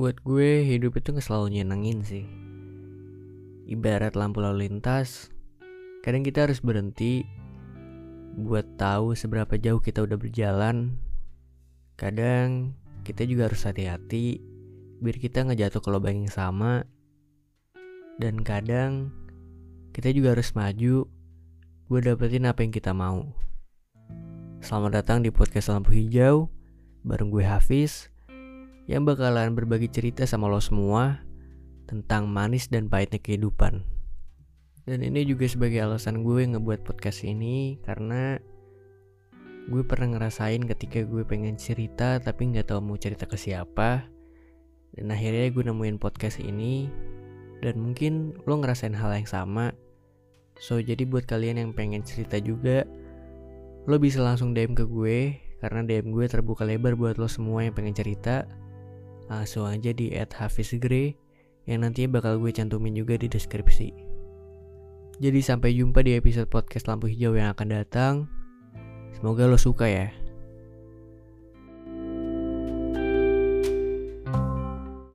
Buat gue hidup itu gak selalu nyenengin sih. Ibarat lampu lalu lintas, kadang kita harus berhenti buat tahu seberapa jauh kita udah berjalan. Kadang kita juga harus hati-hati biar kita gak jatuh ke lubang yang sama. Dan kadang kita juga harus maju buat dapetin apa yang kita mau. Selamat datang di podcast Lampu Hijau bareng gue Hafiz, yang bakalan berbagi cerita sama lo semua tentang manis dan pahitnya kehidupan. Dan ini juga sebagai alasan gue ngebuat podcast ini, karena gue pernah ngerasain ketika gue pengen cerita tapi gak tahu mau cerita ke siapa. Dan akhirnya gue nemuin podcast ini, dan mungkin lo ngerasain hal yang sama. So jadi buat kalian yang pengen cerita juga, lo bisa langsung DM ke gue, karena DM gue terbuka lebar buat lo semua yang pengen cerita. Langsung aja di @hafizgrey yang nantinya bakal gue cantumin juga di deskripsi. Jadi sampai jumpa di episode podcast Lampu Hijau yang akan datang. Semoga lo suka ya.